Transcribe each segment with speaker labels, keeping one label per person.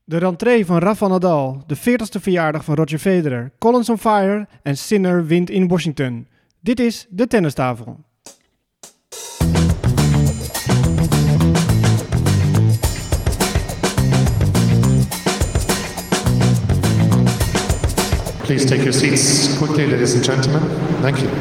Speaker 1: De rentree van Rafa Nadal, de 40ste verjaardag van Roger Federer, Collins on fire en Sinner wint in Washington. Dit is de Tennistafel.
Speaker 2: Please take your seats quickly, ladies and gentlemen. Thank you.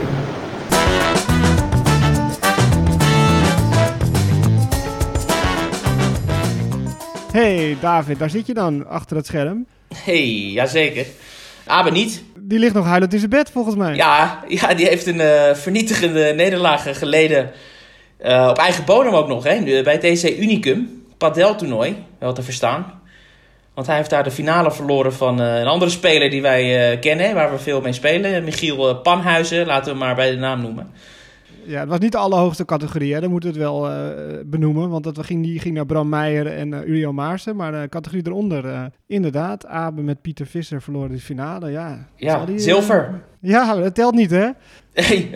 Speaker 1: Hey David, daar zit je dan, achter het scherm.
Speaker 3: Hey, jazeker. Abe niet.
Speaker 1: Die ligt nog huilend in zijn bed, volgens mij.
Speaker 3: Ja, die heeft een vernietigende nederlaag geleden. Op eigen bodem ook nog, hè? Bij het TC Unicum. Padeltoernooi, wel te verstaan. Want hij heeft daar de finale verloren van een andere speler die wij kennen, waar we veel mee spelen. Michiel Panhuizen, laten we hem maar bij de naam noemen.
Speaker 1: Ja, het was niet de allerhoogste categorie, hè? Dan moeten we het wel benoemen. Want die ging naar Bram Meijer en Uriel Maarsen. Maar de categorie eronder, inderdaad. Abe met Pieter Visser verloren de finale. Ja,
Speaker 3: zilver.
Speaker 1: Ja, dat telt niet, hè?
Speaker 3: Hey.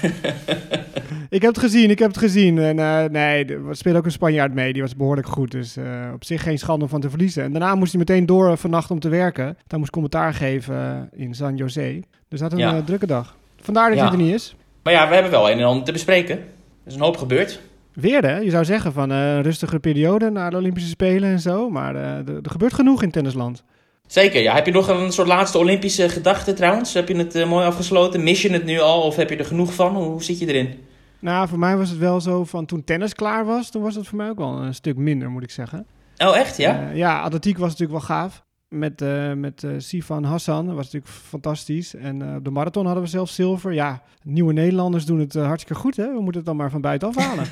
Speaker 1: Ik heb het gezien. En nee, er speelde ook een Spanjaard mee. Die was behoorlijk goed. Dus op zich geen schande om van te verliezen. En daarna moest hij meteen door vannacht om te werken. Hij moest commentaar geven in San Jose. Dus dat had een drukke dag. Vandaar dat hij er niet is.
Speaker 3: Maar ja, we hebben wel een en ander te bespreken. Er is een hoop gebeurd.
Speaker 1: Weer, hè? Je zou zeggen van een rustige periode na de Olympische Spelen en zo. Maar er gebeurt genoeg in tennisland.
Speaker 3: Zeker, ja. Heb je nog een soort laatste Olympische gedachte trouwens? Heb je het mooi afgesloten? Mis je het nu al of heb je er genoeg van? Hoe zit je erin?
Speaker 1: Nou, voor mij was het wel zo van toen tennis klaar was, toen was het voor mij ook wel een stuk minder, moet ik zeggen.
Speaker 3: Oh, echt? Ja?
Speaker 1: Ja, atletiek was natuurlijk wel gaaf. Met Sifan Hassan, dat was natuurlijk fantastisch. En op de marathon hadden we zelfs zilver. Ja, nieuwe Nederlanders doen het hartstikke goed, hè? We moeten het dan maar van buitenaf halen.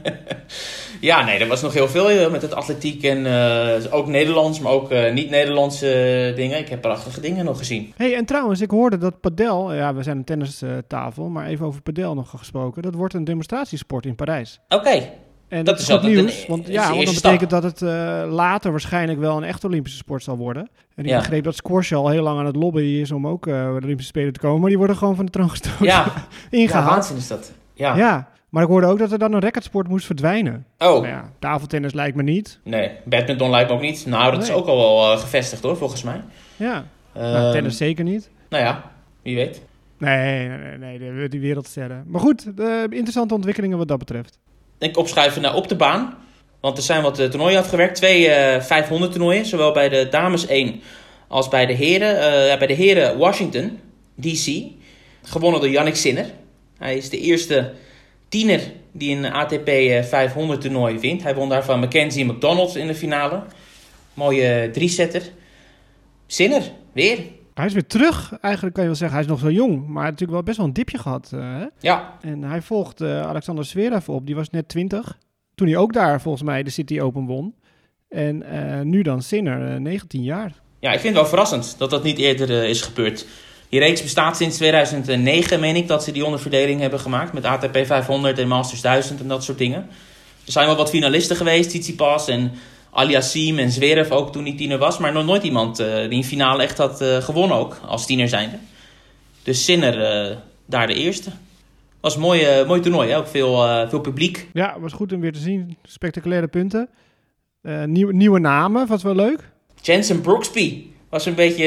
Speaker 3: Ja, nee, er was nog heel veel met het atletiek en ook Nederlands, maar ook niet-Nederlandse dingen. Ik heb prachtige dingen nog gezien.
Speaker 1: Hey, en trouwens, ik hoorde dat padel, ja, we zijn een tennistafel, maar even over padel nog gesproken. Dat wordt een demonstratiesport in Parijs.
Speaker 3: Oké.
Speaker 1: En dat is goed nieuws, want dat betekent dat het later waarschijnlijk wel een echt Olympische sport zal worden. En ik begreep dat squash al heel lang aan het lobbyen is om ook de Olympische Spelen te komen, maar die worden gewoon van de troon gestoten.
Speaker 3: Ja,
Speaker 1: ingehaald.
Speaker 3: Ja, waanzin is dat.
Speaker 1: Ja, maar ik hoorde ook dat er dan een recordsport moest verdwijnen.
Speaker 3: Oh.
Speaker 1: Maar ja, tafeltennis lijkt me niet.
Speaker 3: Nee, badminton lijkt me ook niet. Nou, dat is ook al wel gevestigd hoor, volgens mij.
Speaker 1: Ja, tennis zeker niet.
Speaker 3: Nou ja, wie weet.
Speaker 1: Nee, die wereldsterren. Maar goed, interessante ontwikkelingen wat dat betreft.
Speaker 3: Denk opschuiven naar op de baan. Want er zijn wat toernooien afgewerkt. 2 500 toernooien. Zowel bij de dames 1 als bij de heren. Bij de heren Washington, D.C. Gewonnen door Jannik Sinner. Hij is de eerste tiener die een ATP 500 toernooi wint. Hij won daarvan Mackenzie McDonald in de finale. Mooie 3-setter. Sinner, weer.
Speaker 1: Hij is weer terug, eigenlijk kan je wel zeggen. Hij is nog zo jong, maar hij heeft natuurlijk wel best wel een dipje gehad. Hè?
Speaker 3: Ja.
Speaker 1: En hij volgt Alexander Zverev op. Die was net 20. Toen hij ook daar volgens mij de City Open won. En nu dan Sinner, 19 jaar.
Speaker 3: Ja, ik vind het wel verrassend dat dat niet eerder is gebeurd. Die reeks bestaat sinds 2009, meen ik, dat ze die onderverdeling hebben gemaakt. Met ATP 500 en Masters 1000 en dat soort dingen. Er zijn wel wat finalisten geweest, Tsitsipas en Aliassime en Zverev ook toen hij tiener was. Maar nog nooit iemand die een finale echt had gewonnen ook, als tiener zijnde. Dus Sinner daar de eerste. Was een mooi toernooi, hè? Ook veel publiek.
Speaker 1: Ja, was goed om weer te zien. Spectaculaire punten. Nieuwe namen, was wel leuk.
Speaker 3: Jensen Brooksby was een beetje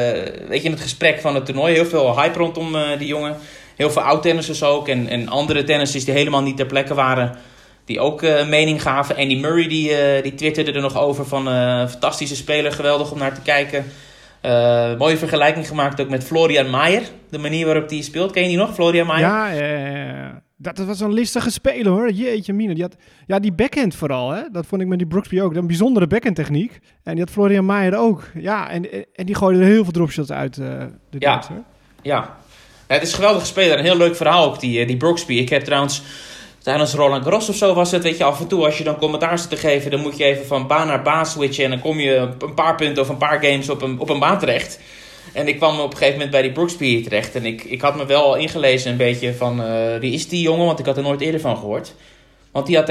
Speaker 3: in het gesprek van het toernooi. Heel veel hype rondom die jongen. Heel veel oud-tennissers ook. En andere tennissers die helemaal niet ter plekke waren. Die ook mening gaven. Andy Murray die twitterde er nog over van fantastische speler. Geweldig om naar te kijken. Mooie vergelijking gemaakt ook met Florian Mayer. De manier waarop hij speelt. Ken je die nog, Florian Mayer?
Speaker 1: Ja. Dat was een listige speler hoor. Jeetje mine. Die backhand vooral. Hè? Dat vond ik met die Brooksby ook. Een bijzondere backhand techniek. En die had Florian Mayer ook. Ja, en die gooide er heel veel dropshots uit. De Duitser.
Speaker 3: Ja, het is een geweldige speler. Een heel leuk verhaal ook, die Brooksby. Ik heb trouwens tijdens Roland Garros of zo was het, weet je, af en toe als je dan commentaar zit te geven, dan moet je even van baan naar baan switchen en dan kom je een paar punten of een paar games op een baan terecht. En ik kwam op een gegeven moment bij die Brooksby terecht en ik had me wel ingelezen een beetje van wie is die jongen, want ik had er nooit eerder van gehoord. Want die had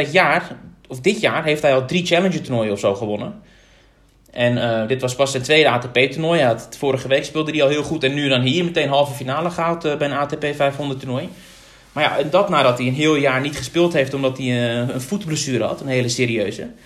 Speaker 3: dit jaar heeft hij al 3 Challenger toernooien of zo gewonnen. En dit was pas zijn tweede ATP-toernooi. Vorige week speelde hij al heel goed en nu dan hier meteen halve finale gehaald bij een ATP 500 toernooi. Maar ja, dat nadat hij een heel jaar niet gespeeld heeft omdat hij een voetblessure had, een hele serieuze.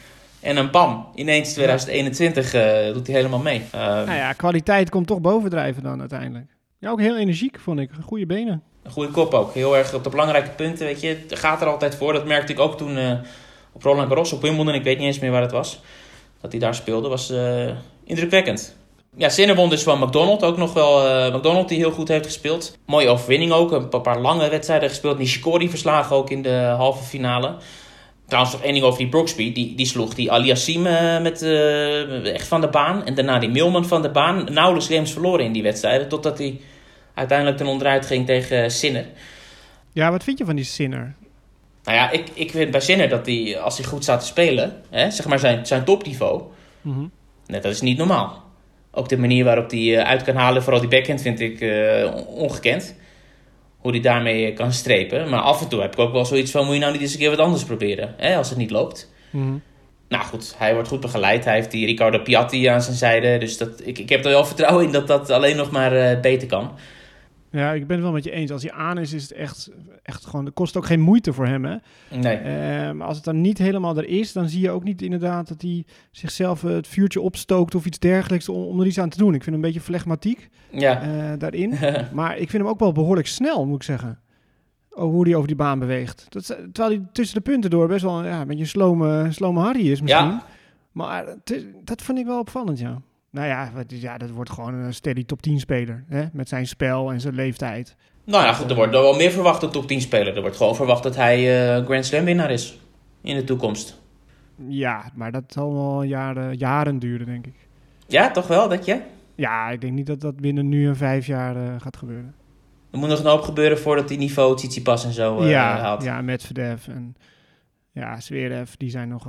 Speaker 3: En een bam, ineens 2021 doet hij helemaal mee.
Speaker 1: Nou ja, kwaliteit komt toch bovendrijven dan uiteindelijk. Ja, ook heel energiek vond ik. Goede benen.
Speaker 3: Een goede kop ook. Heel erg op de belangrijke punten, weet je. Gaat er altijd voor. Dat merkte ik ook toen op Roland Garros, op Wimbledon. Ik weet niet eens meer waar het was. Dat hij daar speelde, was indrukwekkend. Ja, Sinner won dus van McDonald. Ook nog wel McDonald die heel goed heeft gespeeld. Mooie overwinning ook. Een paar lange wedstrijden gespeeld. Nishikori verslagen ook in de halve finale. Trouwens nog één ding over die Brooksby. Die sloeg die Aliassim echt van de baan. En daarna die Millman van de baan. Nauwelijks games verloren in die wedstrijden. Totdat hij uiteindelijk ten onderuit ging tegen Sinner.
Speaker 1: Ja, wat vind je van die Sinner?
Speaker 3: Nou ja, ik vind bij Sinner dat hij, als hij goed staat te spelen, zeg maar zijn topniveau, dat is niet normaal. Ook de manier waarop hij uit kan halen, vooral die backhand, vind ik ongekend. Hoe hij daarmee kan strepen. Maar af en toe heb ik ook wel zoiets van, moet je nou niet eens een keer wat anders proberen, als het niet loopt. Nou goed, hij wordt goed begeleid. Hij heeft die Riccardo Piatti aan zijn zijde. Dus ik heb er wel vertrouwen in dat dat alleen nog maar beter kan.
Speaker 1: Ja, ik ben het wel met je eens. Als hij aan is het echt gewoon... Het kost ook geen moeite voor hem, hè?
Speaker 3: Nee.
Speaker 1: Maar als het dan niet helemaal er is, dan zie je ook niet inderdaad dat hij zichzelf het vuurtje opstookt of iets dergelijks om er iets aan te doen. Ik vind hem een beetje flegmatiek daarin. Maar ik vind hem ook wel behoorlijk snel, moet ik zeggen. Hoe hij over die baan beweegt. Terwijl hij tussen de punten door best wel een beetje slome Harry is misschien. Ja. Maar dat vond ik wel opvallend, ja. Nou ja, dat wordt gewoon een steady top 10 speler. Hè? Met zijn spel en zijn leeftijd.
Speaker 3: Nou ja, goed, er wordt wel meer verwacht dan top 10 speler. Er wordt gewoon verwacht dat hij Grand Slam winnaar is in de toekomst.
Speaker 1: Ja, maar dat zal wel jaren duren, denk ik.
Speaker 3: Ja, toch wel, denk je?
Speaker 1: Ja, ik denk niet dat dat binnen nu en 5 jaar gaat gebeuren.
Speaker 3: Er moet nog een hoop gebeuren voordat hij niveau Tsitsipas en zo haalt.
Speaker 1: Ja, Medvedev en Zverev, die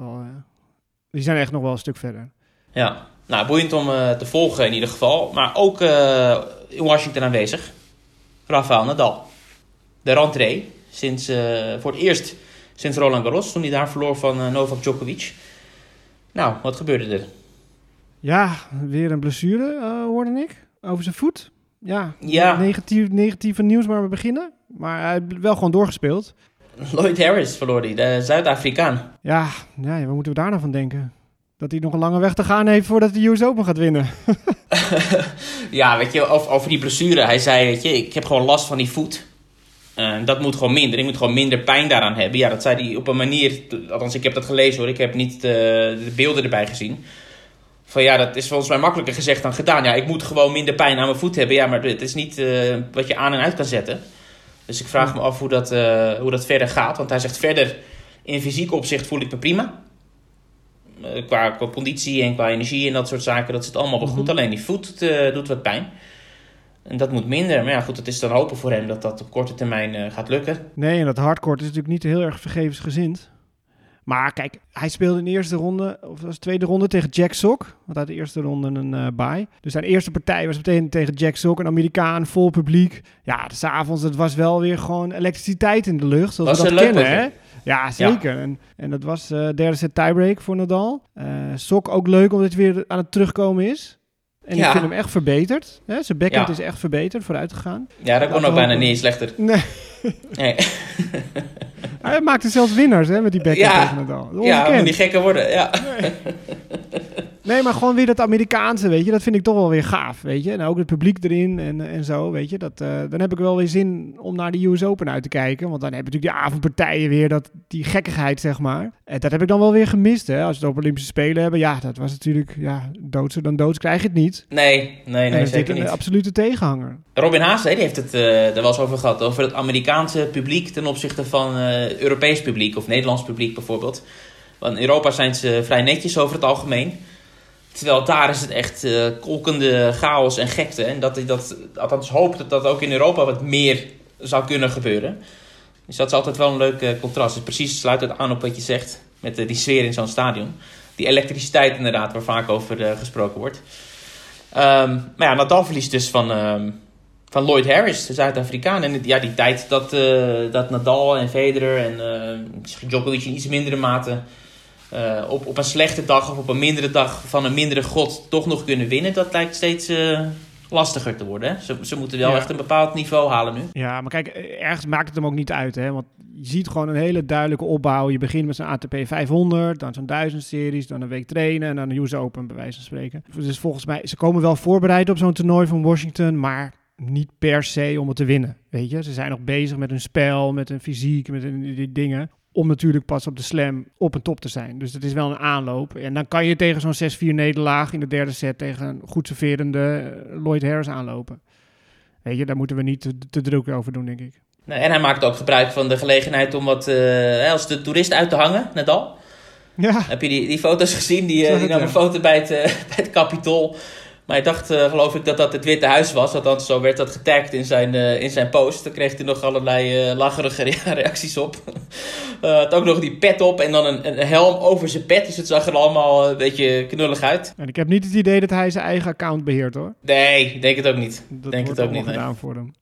Speaker 1: zijn echt nog wel een stuk verder. Ja.
Speaker 3: Nou, boeiend om te volgen in ieder geval. Maar ook in Washington aanwezig. Rafael Nadal. De rentree. Voor het eerst sinds Roland Garros. Toen hij daar verloor van Novak Djokovic. Nou, wat gebeurde er?
Speaker 1: Ja, weer een blessure hoorde ik. Over zijn voet. Ja. Negatieve nieuws maar we beginnen. Maar hij heeft wel gewoon doorgespeeld.
Speaker 3: Lloyd Harris verloor hij, de Zuid-Afrikaan.
Speaker 1: Ja, wat moeten we daar nou van denken? Dat hij nog een lange weg te gaan heeft voordat hij de US Open gaat winnen.
Speaker 3: Ja, weet je, over die blessure. Hij zei, weet je, ik heb gewoon last van die voet. Dat moet gewoon minder. Ik moet gewoon minder pijn daaraan hebben. Ja, dat zei hij op een manier... Althans, ik heb dat gelezen hoor. Ik heb niet de beelden erbij gezien. Van ja, dat is volgens mij makkelijker gezegd dan gedaan. Ja, ik moet gewoon minder pijn aan mijn voet hebben. Ja, maar het is niet wat je aan en uit kan zetten. Dus ik vraag me af hoe dat verder gaat. Want hij zegt verder, in fysiek opzicht voel ik me prima. Qua conditie en qua energie en dat soort zaken, dat zit allemaal wel goed. Alleen die voet doet wat pijn. En dat moet minder. Maar ja, goed, het is dan hopen voor hem dat dat op korte termijn gaat lukken.
Speaker 1: Nee, en dat hardcourt is natuurlijk niet heel erg vergevensgezind. Maar kijk, hij speelde in de eerste ronde, of was de tweede ronde, tegen Jack Sock. Want uit de eerste ronde een bye. Dus zijn eerste partij was meteen tegen Jack Sock, een Amerikaan, vol publiek. Ja, 's avonds, het was wel weer gewoon elektriciteit in de lucht, zoals we dat kennen, hè? Ja, zeker. Ja. En dat was derde set tiebreak voor Nadal. Sock ook leuk, omdat hij weer aan het terugkomen is. En ik vind hem echt verbeterd. Hè? Zijn backhand is echt verbeterd, vooruit gegaan.
Speaker 3: Ja, dat kon ook bijna niet slechter.
Speaker 1: Nee. Hij maakte zelfs winnaars met die backhand tegen Nadal.
Speaker 3: Ja, moet niet gekker worden. Ja.
Speaker 1: Nee, maar gewoon weer dat Amerikaanse, weet je. Dat vind ik toch wel weer gaaf, weet je. En ook het publiek erin en zo, weet je. Dan heb ik wel weer zin om naar de US Open uit te kijken. Want dan heb je natuurlijk die avondpartijen weer, die gekkigheid, zeg maar. En dat heb ik dan wel weer gemist, hè. Als we het op Olympische Spelen hebben, ja, dat was natuurlijk, doodser dan doods krijg je het niet.
Speaker 3: Nee, zeker niet.
Speaker 1: Een absolute tegenhanger.
Speaker 3: Robin Haase, die heeft het er wel eens over gehad. Over het Amerikaanse publiek ten opzichte van Europees publiek of Nederlands publiek bijvoorbeeld. Want in Europa zijn ze vrij netjes over het algemeen. Terwijl daar is het echt kolkende chaos en gekte. En dat hij althans hoopt dat dat ook in Europa wat meer zou kunnen gebeuren. Dus dat is altijd wel een leuk contrast. Dus precies sluit het aan op wat je zegt. Met die sfeer in zo'n stadion. Die elektriciteit inderdaad, waar vaak over gesproken wordt. Maar ja, Nadal verliest dus van Lloyd Harris, de Zuid-Afrikaan. En die tijd dat Nadal en Federer en Djokovic in iets mindere mate... op een slechte dag of op een mindere dag van een mindere god toch nog kunnen winnen. Dat lijkt steeds lastiger te worden. Hè? Ze moeten wel echt een bepaald niveau halen nu.
Speaker 1: Ja, maar kijk, ergens maakt het hem ook niet uit. Hè? Want je ziet gewoon een hele duidelijke opbouw. Je begint met zo'n ATP 500, dan zo'n 1000-series, dan een week trainen en dan een US Open, bij wijze van spreken. Dus volgens mij, ze komen wel voorbereid op zo'n toernooi van Washington, maar niet per se om het te winnen. Weet je, ze zijn nog bezig met hun spel, met hun fysiek, met die dingen, om natuurlijk pas op de slam op een top te zijn. Dus het is wel een aanloop. En dan kan je tegen zo'n 6-4 nederlaag in de derde set tegen een goed serverende Lloyd Harris aanlopen. Weet je, daar moeten we niet te druk over doen, denk ik.
Speaker 3: Nee, en hij maakt ook gebruik van de gelegenheid om wat als de toerist uit te hangen, Nadal. Ja. Heb je die foto's gezien? Die nam een foto bij het Capitool. Maar hij dacht, geloof ik, dat het Witte Huis was. Althans, zo werd dat getagd in zijn post. Daar kreeg hij nog allerlei lacherige reacties op. Had ook nog die pet op en dan een helm over zijn pet. Dus het zag er allemaal een beetje knullig uit.
Speaker 1: En ik heb niet het idee dat hij zijn eigen account beheert, hoor.
Speaker 3: Nee, ik denk het ook niet.
Speaker 1: Dat wordt ook gedaan voor hem.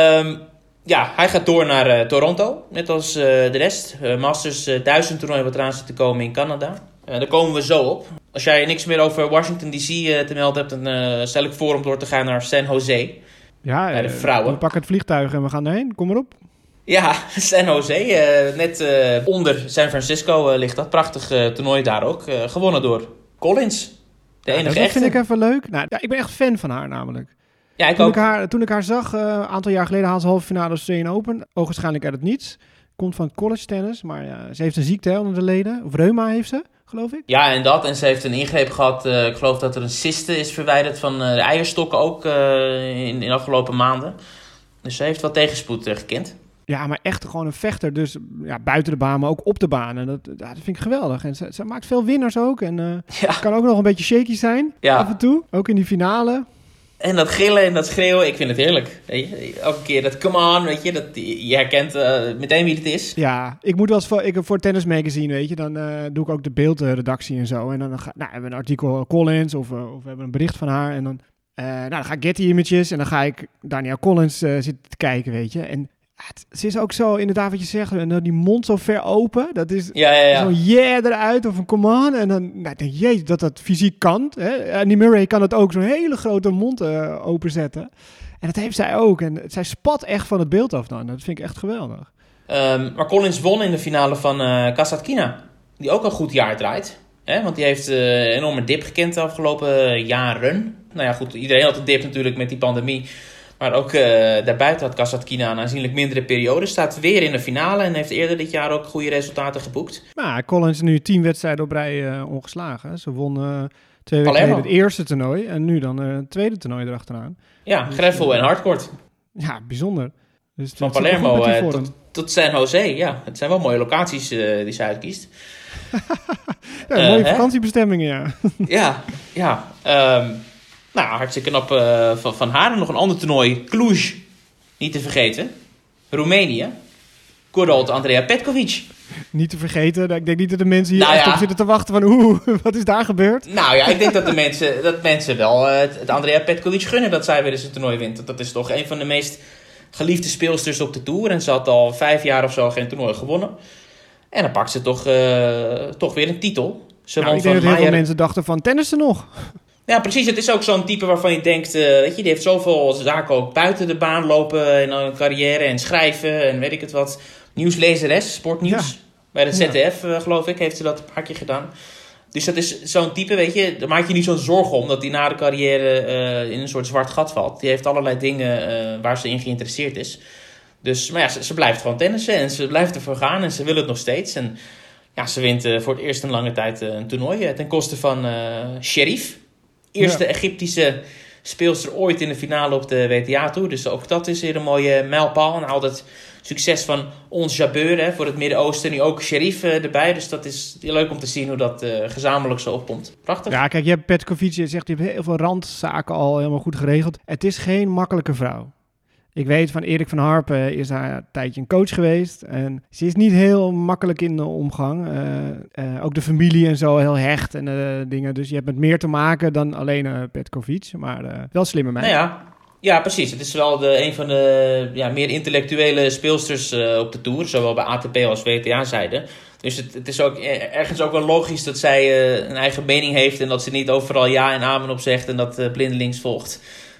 Speaker 3: Ja, hij gaat door naar Toronto. Net als de rest. Masters 1000 toernooi wat eraan zit te komen in Canada. Daar komen we zo op. Als jij niks meer over Washington D.C. Te melden hebt, dan stel ik voor om door te gaan naar San Jose.
Speaker 1: Ja, bij de vrouwen. We pakken het vliegtuig en we gaan erheen. Kom maar op.
Speaker 3: Ja, San Jose. Net onder San Francisco ligt dat. Prachtig toernooi daar ook. Gewonnen door Collins. De enige
Speaker 1: dat vind ik even leuk. Nou, ja, ik ben echt fan van haar namelijk.
Speaker 3: Ja,
Speaker 1: toen ik haar zag, een aantal jaar geleden, had ze halve finale Australian Open. Ogenschijnlijk uit het niets. Komt van college tennis, maar ja, ze heeft een ziekte onder de leden. Of reuma heeft ze, geloof ik.
Speaker 3: Ja, en ze heeft een ingreep gehad. Ik geloof dat er een cyste is verwijderd van de eierstokken ook in de afgelopen maanden. Dus ze heeft wat tegenspoed gekend.
Speaker 1: Ja, maar echt gewoon een vechter. Dus ja, buiten de baan, maar ook op de baan. En dat vind ik geweldig. En ze maakt veel winnaars ook. En kan ook nog een beetje shaky zijn, af en toe. Ook in die finale.
Speaker 3: En dat gillen en dat schreeuwen, ik vind het heerlijk. Weet je? Elke keer dat come on, weet je, je herkent meteen wie het is.
Speaker 1: Ja, ik moet wel eens voor Tennis Magazine, weet je, dan doe ik ook de beeldredactie en zo. En dan hebben we een artikel Collins of we hebben een bericht van haar. En dan ga ik Getty Images en dan ga ik Danielle Collins zitten te kijken, weet je. En ze is ook zo, inderdaad wat je zegt, die mond zo ver open. Dat is zo'n eruit of een come on. En dan denk je dat fysiek kan. Hè? Annie Murray kan het ook, zo'n hele grote mond openzetten. En dat heeft zij ook. En zij spat echt van het beeld af dan. Dat vind ik echt geweldig.
Speaker 3: Maar Collins won in de finale van Kasatkina. Die ook een goed jaar draait. Hè? Want die heeft een enorme dip gekend de afgelopen jaren. Nou ja, goed, iedereen had een dip natuurlijk met die pandemie. Maar ook daarbuiten had Kasatkina een aanzienlijk mindere periode. Staat weer in de finale en heeft eerder dit jaar ook goede resultaten geboekt.
Speaker 1: Maar Collins is nu 10 wedstrijden op rij ongeslagen. Ze won 2 weken geleden het eerste toernooi en nu dan het tweede toernooi erachteraan.
Speaker 3: Ja, dus, gravel en hardcourt.
Speaker 1: Ja, bijzonder. Dus
Speaker 3: van Palermo tot San Jose. Ja, het zijn wel mooie locaties die ze uitkiest.
Speaker 1: Mooie vakantiebestemmingen, ja.
Speaker 3: Ja. Nou, hartstikke knap van haar. Nog een ander toernooi. Cluj, niet te vergeten. Roemenië. Good old Andrea Petkovic.
Speaker 1: Niet te vergeten. Ik denk niet dat de mensen hier echt op zitten te wachten van wat is daar gebeurd?
Speaker 3: Nou ja, ik denk dat mensen wel het Andrea Petkovic gunnen dat zij weer eens een toernooi wint. Dat is toch een van de meest geliefde speelsters op de Tour. En ze had al 5 jaar of zo geen toernooi gewonnen. En dan pakt ze toch weer een titel.
Speaker 1: Ik denk dat heel veel mensen dachten van tennissen nog.
Speaker 3: Ja, precies. Het is ook zo'n type waarvan je denkt, weet je, die heeft zoveel zaken ook buiten de baan lopen. En een carrière en schrijven en weet ik het wat. Nieuwslezeres, sportnieuws. Ja. Bij de ZDF, geloof ik, heeft ze dat een paar keer gedaan. Dus dat is zo'n type, weet je, daar maak je niet zo'n zorgen om dat die na de carrière in een soort zwart gat valt. Die heeft allerlei dingen waar ze in geïnteresseerd is. Dus, maar ja, ze blijft gewoon tennissen en ze blijft ervoor gaan en ze wil het nog steeds. En ja, ze wint voor het eerst een lange tijd een toernooi ten koste van Sherif. Eerste Egyptische speelster ooit in de finale op de WTA-tour. Dus ook dat is weer een mooie mijlpaal. En altijd succes van Ons Jabeur voor het Midden-Oosten. Nu ook Sherif erbij. Dus dat is leuk om te zien hoe dat gezamenlijk zo opkomt. Prachtig.
Speaker 1: Ja, kijk, je hebt Petkovic, je zegt, je hebt heel veel randzaken al helemaal goed geregeld. Het is geen makkelijke vrouw. Ik weet van Erik van Harpen is haar een tijdje een coach geweest. En ze is niet heel makkelijk in de omgang. Ook de familie en zo heel hecht en dingen. Dus je hebt met meer te maken dan alleen Petkovic. Maar wel slimme meid.
Speaker 3: Nou ja, precies. Het is wel een van de meer intellectuele speelsters op de Tour. Zowel bij ATP als WTA-zijde. Dus het is ook ergens ook wel logisch dat zij een eigen mening heeft. En dat ze niet overal ja en amen op zegt en dat blindelings volgt.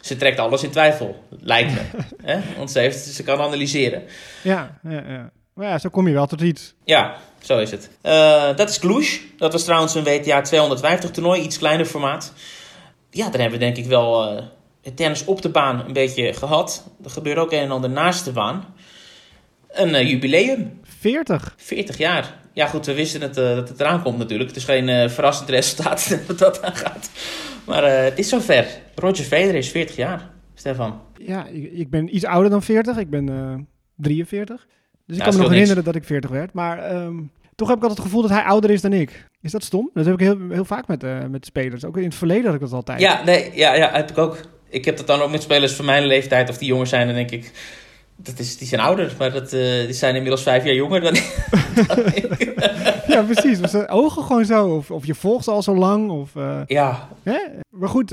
Speaker 3: Ze trekt alles in twijfel, lijkt me. Hè? Want ze kan analyseren.
Speaker 1: Ja. Maar ja, zo kom je wel tot iets.
Speaker 3: Ja, zo is het. Dat is Cluj. Dat was trouwens een WTA 250 toernooi, iets kleiner formaat. Ja, dan hebben we denk ik wel het tennis op de baan een beetje gehad. Er gebeurt ook een en ander naast de baan. Een jubileum. 40 jaar. Ja goed, we wisten dat het eraan komt natuurlijk. Het is geen verrassend resultaat wat dat aangaat. Maar het is zover. Roger Federer is 40 jaar, Stefan.
Speaker 1: Ja, ik ben iets ouder dan 40. Ik ben 43. Dus ik
Speaker 3: Ja,
Speaker 1: kan me nog
Speaker 3: niks.
Speaker 1: herinneren dat ik 40 werd. Maar toch heb ik altijd het gevoel dat hij ouder is dan ik. Is dat stom? Dat heb ik heel vaak met spelers. Ook in het verleden had ik dat altijd.
Speaker 3: Ja, heb ik ook. Ik heb dat dan ook met spelers van mijn leeftijd of die jonger zijn. Dan denk ik, die zijn ouder. Maar die zijn inmiddels 5 jaar jonger dan ik.
Speaker 1: Ja, precies. Was de ogen gewoon zo? Of je volgt ze al zo lang? Of,
Speaker 3: Ja.
Speaker 1: hè? Maar goed,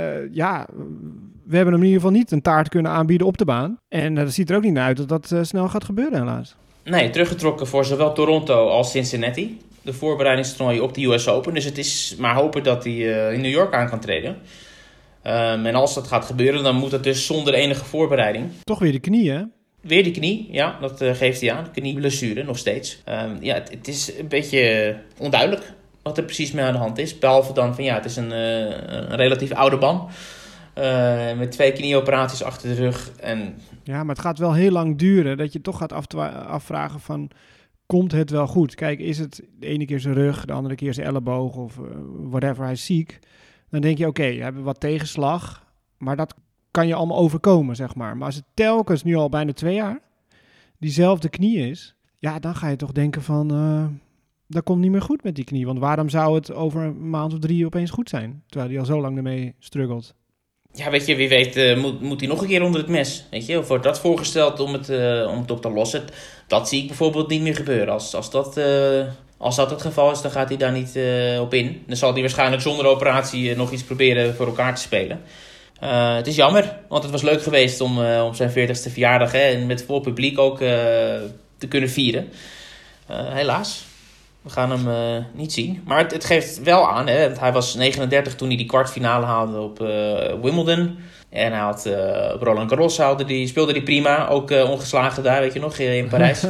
Speaker 1: we hebben hem in ieder geval niet een taart kunnen aanbieden op de baan. En dat ziet er ook niet naar uit dat snel gaat gebeuren, helaas.
Speaker 3: Nee, teruggetrokken voor zowel Toronto als Cincinnati. De voorbereidingstoernooi op de US Open. Dus het is maar hopen dat hij in New York aan kan treden. En als dat gaat gebeuren, dan moet het dus zonder enige voorbereiding.
Speaker 1: Toch weer de knieën, hè?
Speaker 3: Weer de knie, ja, dat geeft hij aan. Knieblessure, nog steeds. Het is een beetje onduidelijk wat er precies mee aan de hand is. Behalve dan van, het is een relatief oude man. Met 2 knieoperaties achter de rug.
Speaker 1: Ja, maar het gaat wel heel lang duren dat je toch gaat afvragen van, komt het wel goed? Kijk, is het de ene keer zijn rug, de andere keer zijn elleboog of whatever, hij is ziek. Dan denk je, oké, we hebben wat tegenslag, maar dat kan je allemaal overkomen, zeg maar. Maar als het telkens nu al bijna 2 jaar diezelfde knie is, ja, dan ga je toch denken van, dat komt niet meer goed met die knie. Want waarom zou het over een maand of 3 opeens goed zijn? Terwijl hij al zo lang ermee struggelt.
Speaker 3: Ja, weet je, wie weet moet hij nog een keer onder het mes. Weet je, of wordt dat voorgesteld om het op te lossen? Dat zie ik bijvoorbeeld niet meer gebeuren. Als dat het geval is, dan gaat hij daar niet op in. Dan zal hij waarschijnlijk zonder operatie nog iets proberen voor elkaar te spelen. Het is jammer, want het was leuk geweest om zijn 40ste verjaardag en met vol publiek ook te kunnen vieren. Helaas, we gaan hem niet zien. Maar het geeft wel aan, hè, want hij was 39 toen hij die kwartfinale haalde op Wimbledon. En hij had op Roland Garros speelde hij prima, ook ongeslagen daar, weet je nog, in Parijs.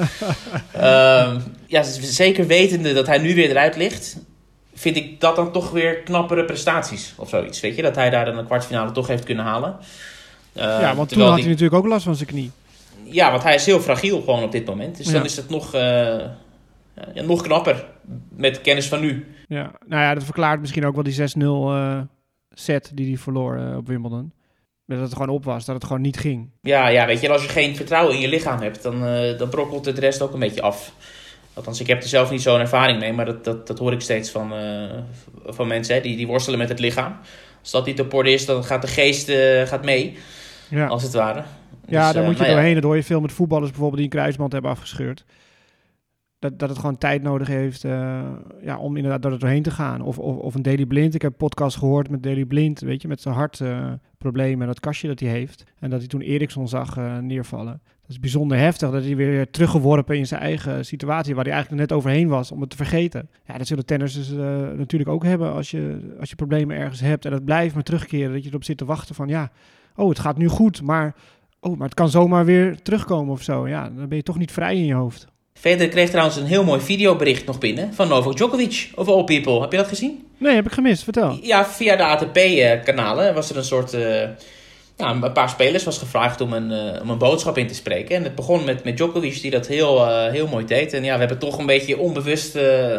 Speaker 3: Zeker wetende dat hij nu weer eruit ligt, vind ik dat dan toch weer knappere prestaties of zoiets. Weet je, dat hij daar dan een kwartfinale toch heeft kunnen halen.
Speaker 1: Want toen had hij natuurlijk ook last van zijn knie. Ja,
Speaker 3: want hij is heel fragiel gewoon op dit moment. Dus dan is het nog knapper met kennis van nu.
Speaker 1: Ja, nou ja, dat verklaart misschien ook wel die 6-0 set die hij verloor op Wimbledon. Dat het gewoon op was, dat het gewoon niet ging.
Speaker 3: Ja, weet je, en als je geen vertrouwen in je lichaam hebt, dan brokkelt het de rest ook een beetje af. Althans, ik heb er zelf niet zo'n ervaring mee, maar dat hoor ik steeds van mensen, hè, die worstelen met het lichaam. Als dat niet op orde is, dan gaat de geest gaat mee, als het ware.
Speaker 1: Ja,
Speaker 3: dus,
Speaker 1: daar moet je doorheen. Dat hoor je veel met voetballers bijvoorbeeld die een kruisband hebben afgescheurd. Dat het gewoon tijd nodig heeft om inderdaad door het doorheen te gaan. Of een Daley Blind. Ik heb een podcast gehoord met Daley Blind, weet je, met zijn hartproblemen en dat kastje dat hij heeft. En dat hij toen Eriksson zag neervallen. Dat is bijzonder heftig, dat hij weer teruggeworpen in zijn eigen situatie, waar hij eigenlijk net overheen was, om het te vergeten. Ja, dat zullen tennissers natuurlijk ook hebben als je problemen ergens hebt. En dat blijft maar terugkeren, dat je erop zit te wachten van, het gaat nu goed, maar het kan zomaar weer terugkomen of zo. Ja, dan ben je toch niet vrij in je hoofd.
Speaker 3: Federer kreeg trouwens een heel mooi videobericht nog binnen van Novak Djokovic, of all people. Heb je dat gezien?
Speaker 1: Nee, heb ik gemist. Vertel.
Speaker 3: Ja, via de ATP-kanalen was er een soort... een paar spelers was gevraagd om een boodschap in te spreken. En het begon met Djokovic, die dat heel mooi deed. En ja, we hebben toch een beetje onbewust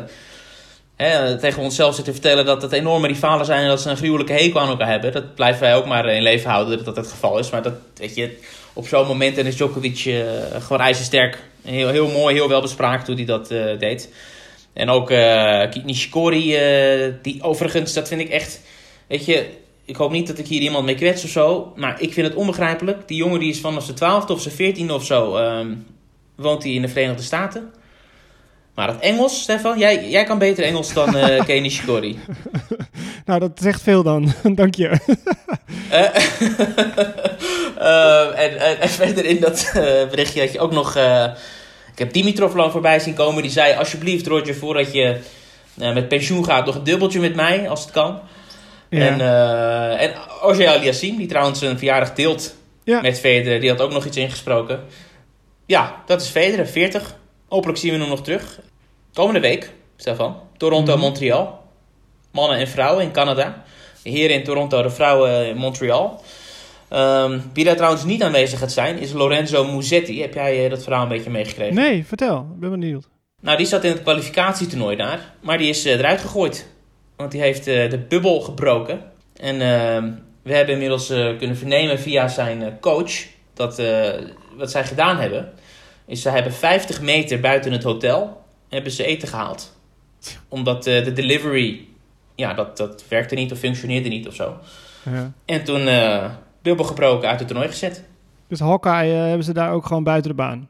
Speaker 3: tegen onszelf zitten vertellen dat het enorme rivalen zijn en dat ze een gruwelijke hekel aan elkaar hebben. Dat blijven wij ook maar in leven houden, dat het geval is. Maar dat, weet je, op zo'n moment is Djokovic gewoon ijzersterk. Heel mooi, heel wel bespraakt hoe hij dat deed. En ook Nishikori, die overigens, dat vind ik echt, weet je, ik hoop niet dat ik hier iemand mee kwets of zo, maar ik vind het onbegrijpelijk. Die jongen die is vanaf zijn 12e of zijn 14e of zo, woont hij in de Verenigde Staten. Maar dat Engels, Stefan, jij kan beter Engels dan Kei Nishikori.
Speaker 1: Nou, dat zegt veel dan. Dank je.
Speaker 3: En verder in dat berichtje had je ook nog... ik heb Dimitrov lang voorbij zien komen. Die zei, alsjeblieft Roger, voordat je met pensioen gaat, nog een dubbeltje met mij, als het kan. En Auger Aliassime, die trouwens een verjaardag deelt met Federer, die had ook nog iets ingesproken. Ja, dat is Federer, 40. Hopelijk zien we hem nog terug. Komende week, Stefan, Toronto, Montreal. Mannen en vrouwen in Canada. De heren in Toronto, de vrouwen in Montreal. Wie daar trouwens niet aanwezig gaat zijn, is Lorenzo Musetti. Heb jij dat verhaal een beetje meegekregen?
Speaker 1: Nee, vertel. Ik ben benieuwd.
Speaker 3: Nou, die zat in het kwalificatietoernooi daar. Maar die is eruit gegooid. Want die heeft de bubbel gebroken. En we hebben inmiddels kunnen vernemen via zijn coach dat wat zij gedaan hebben, is ze hebben 50 meter buiten het hotel hebben ze eten gehaald. Omdat de delivery, dat werkte niet of functioneerde niet of zo. Ja. En toen bubbel gebroken, uit het toernooi gezet.
Speaker 1: Dus Hawkeye hebben ze daar ook gewoon buiten de baan.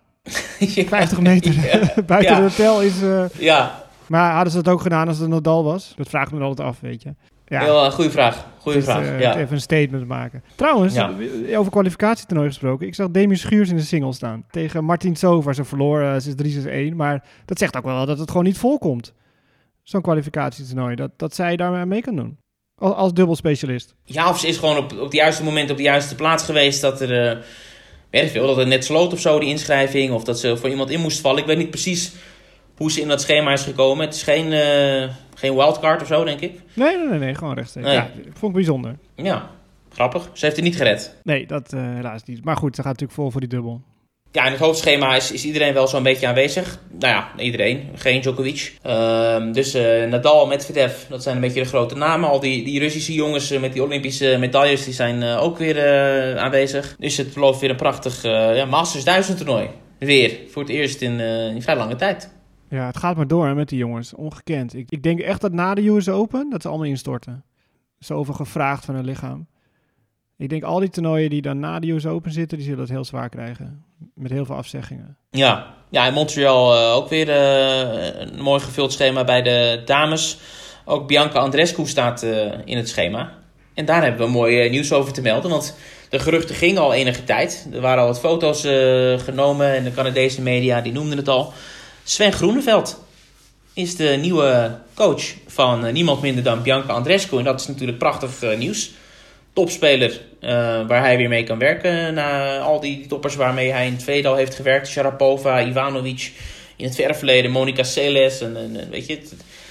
Speaker 1: 50 meter buiten het hotel is... Maar hadden ze dat ook gedaan als het Nadal was? Dat vraag ik me altijd af, weet je. Ja.
Speaker 3: Heel goede vraag.
Speaker 1: Even een statement maken. Trouwens, over kwalificatietoernooi gesproken. Ik zag Demi Schuurs in de single staan. Tegen Martin Sovar. Ze verloor, ze is 3-1. Maar dat zegt ook wel dat het gewoon niet volkomt. Zo'n kwalificatietoernooi. Dat zij daar mee kan doen. Als dubbelspecialist.
Speaker 3: Ja, of ze is gewoon op het juiste moment op de juiste plaats geweest. Dat er... dat het net sloot of zo, die inschrijving. Of dat ze voor iemand in moest vallen. Ik weet niet precies hoe ze in dat schema is gekomen. Het is geen wildcard of zo, denk ik.
Speaker 1: Nee, gewoon rechtstreeks. Nee. Ja, vond ik bijzonder.
Speaker 3: Ja, grappig. Ze heeft het niet gered.
Speaker 1: Nee, dat helaas niet. Maar goed, ze gaat natuurlijk vol voor die dubbel.
Speaker 3: Ja, in het hoofdschema is iedereen wel zo'n beetje aanwezig. Nou ja, iedereen. Geen Djokovic. Dus Nadal, Medvedev, dat zijn een beetje de grote namen. Al die Russische jongens met die Olympische medailles, die zijn ook weer aanwezig. Dus het belooft weer een prachtig Masters 1000 toernooi. Weer, voor het eerst in vrij lange tijd.
Speaker 1: Ja, het gaat maar door met die jongens. Ongekend. Ik denk echt dat na de US Open, dat ze allemaal instorten. Zoveel gevraagd van hun lichaam. Ik denk al die toernooien die dan na de US Open zitten, die zullen het heel zwaar krijgen. Met heel veel afzeggingen.
Speaker 3: Ja in Montreal ook weer een mooi gevuld schema bij de dames. Ook Bianca Andreescu staat in het schema. En daar hebben we mooi nieuws over te melden. Want de geruchten gingen al enige tijd. Er waren al wat foto's genomen en de Canadese media die noemden het al. Sven Groeneveld is de nieuwe coach van niemand minder dan Bianca Andreescu. En dat is natuurlijk prachtig nieuws. Topspeler waar hij weer mee kan werken. Na al die toppers waarmee hij in het verleden al heeft gewerkt. Sharapova, Ivanovic. In het verre verleden Monica Seles. En weet je,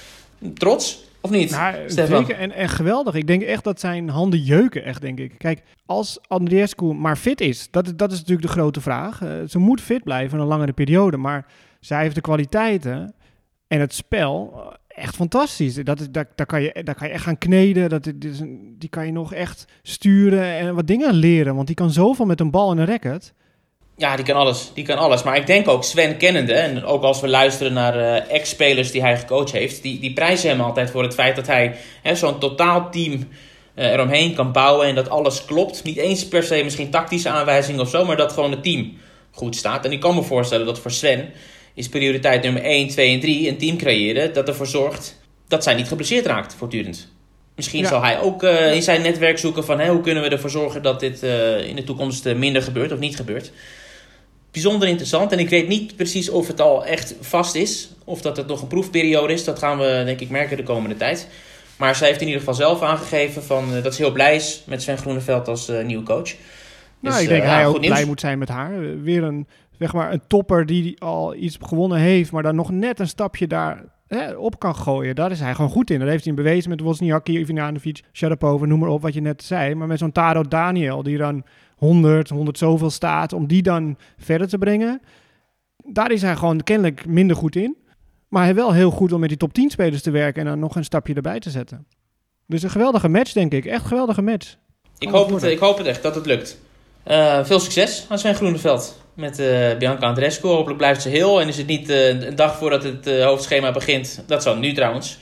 Speaker 3: trots of niet, Stefan?
Speaker 1: Zeker en geweldig. Ik denk echt dat zijn handen jeuken, echt, denk ik. Kijk, als Andreescu maar fit is, dat is natuurlijk de grote vraag. Ze moet fit blijven een langere periode, maar zij heeft de kwaliteiten en het spel echt fantastisch. Daar kan je echt gaan kneden. Die kan je nog echt sturen en wat dingen leren. Want die kan zoveel met een bal en een racket.
Speaker 3: Ja, die kan alles. Maar ik denk ook Sven kennende, en ook als we luisteren naar ex-spelers die hij gecoacht heeft, die prijzen hem altijd voor het feit dat hij zo'n totaalteam eromheen kan bouwen en dat alles klopt. Niet eens per se misschien tactische aanwijzingen of zo, maar dat gewoon het team goed staat. En ik kan me voorstellen dat voor Sven is prioriteit nummer 1, 2 en 3 een team creëren dat ervoor zorgt dat zij niet geblesseerd raakt voortdurend. Misschien zal hij ook in zijn netwerk zoeken van hoe kunnen we ervoor zorgen dat dit in de toekomst minder gebeurt of niet gebeurt. Bijzonder interessant en ik weet niet precies of het al echt vast is of dat het nog een proefperiode is. Dat gaan we denk ik merken de komende tijd. Maar zij heeft in ieder geval zelf aangegeven dat ze heel blij is met Sven Groeneveld als nieuwe coach.
Speaker 1: Nou, dus, ik denk hij ook blij moet zijn met haar. Weer een topper die al iets gewonnen heeft, maar dan nog net een stapje daar op kan gooien. Daar is hij gewoon goed in. Dat heeft hij bewezen met Wozniacki, Ivanovic, Sharapova, noem maar op wat je net zei. Maar met zo'n Taro Daniel die dan 100 zoveel staat, om die dan verder te brengen. Daar is hij gewoon kennelijk minder goed in. Maar hij wel heel goed om met die top 10 spelers te werken en dan nog een stapje erbij te zetten. Dus een geweldige match, denk ik. Echt een geweldige match.
Speaker 3: Ik hoop het echt dat het lukt. Veel succes aan Sven Groeneveld met Bianca Andreescu. Hopelijk blijft ze heel en is het niet een dag voordat het hoofdschema begint. Dat zal nu trouwens.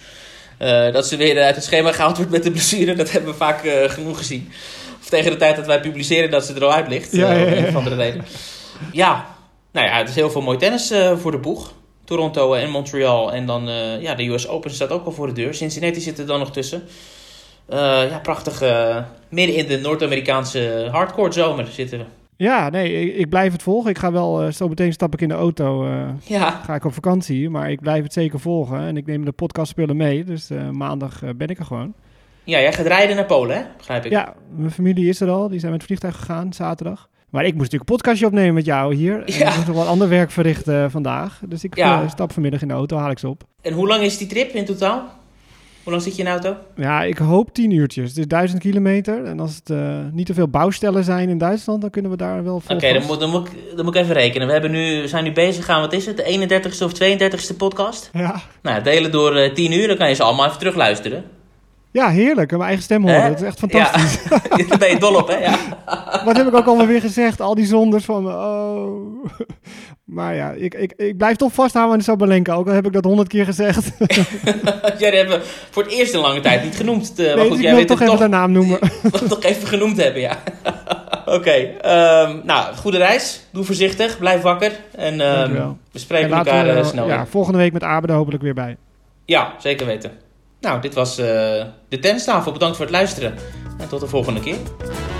Speaker 3: Dat ze weer uit het schema gehaald wordt met de blessure. Dat hebben we vaak genoeg gezien. Of tegen de tijd dat wij publiceren dat ze er al uit ligt. Om een of andere reden. Ja, het is heel veel mooi tennis voor de boeg. Toronto en Montreal. En dan de US Open staat ook al voor de deur. Cincinnati zit er dan nog tussen. Prachtig. Midden in de Noord-Amerikaanse hardcore zomer zitten we.
Speaker 1: Ja, nee, ik blijf het volgen. Ik ga wel, zo meteen stap ik in de auto. Ga ik op vakantie, maar ik blijf het zeker volgen. En ik neem de podcastspullen mee, dus maandag ben ik er gewoon.
Speaker 3: Ja, jij gaat rijden naar Polen, hè? Begrijp ik.
Speaker 1: Ja, mijn familie is er al. Die zijn met het vliegtuig gegaan zaterdag. Maar ik moest natuurlijk een podcastje opnemen met jou hier. En ik moest nog wat ander werk verrichten vandaag. Dus ik stap vanmiddag in de auto, haal ik ze op.
Speaker 3: En hoe lang is die trip in totaal? Hoe lang zit je in de auto?
Speaker 1: Ja, ik hoop 10 uurtjes. Het is 1000 kilometer. En als het niet te veel bouwstellen zijn in Duitsland, dan kunnen we daar wel vol.
Speaker 3: Oké, dan moet ik even rekenen. We zijn nu bezig aan, wat is het? De 31ste of 32ste podcast?
Speaker 1: Ja.
Speaker 3: Nou, delen door 10 uur, dan kan je ze allemaal even terugluisteren.
Speaker 1: Ja, heerlijk. Mijn eigen stem horen. Dat is echt fantastisch.
Speaker 3: Ja. Daar ben je dol op, hè? Ja.
Speaker 1: Wat heb ik ook allemaal weer gezegd? Al die zonders van me. Oh. Maar ja, ik blijf toch vasthouden aan de Sabalenka. Ook al heb ik dat 100 keer gezegd.
Speaker 3: Jij hebben we voor het eerst een lange tijd niet genoemd. Maar
Speaker 1: nee,
Speaker 3: goed,
Speaker 1: dus
Speaker 3: jij
Speaker 1: ik wil
Speaker 3: weet
Speaker 1: toch even de naam noemen.
Speaker 3: Toch even genoemd hebben, ja. Oké, nou, goede reis. Doe voorzichtig, blijf wakker. En we spreken elkaar snel weer.
Speaker 1: Ja, volgende week met Abe er hopelijk weer bij.
Speaker 3: Ja, zeker weten. Nou, dit was de Tennistafel. Bedankt voor het luisteren. En tot de volgende keer.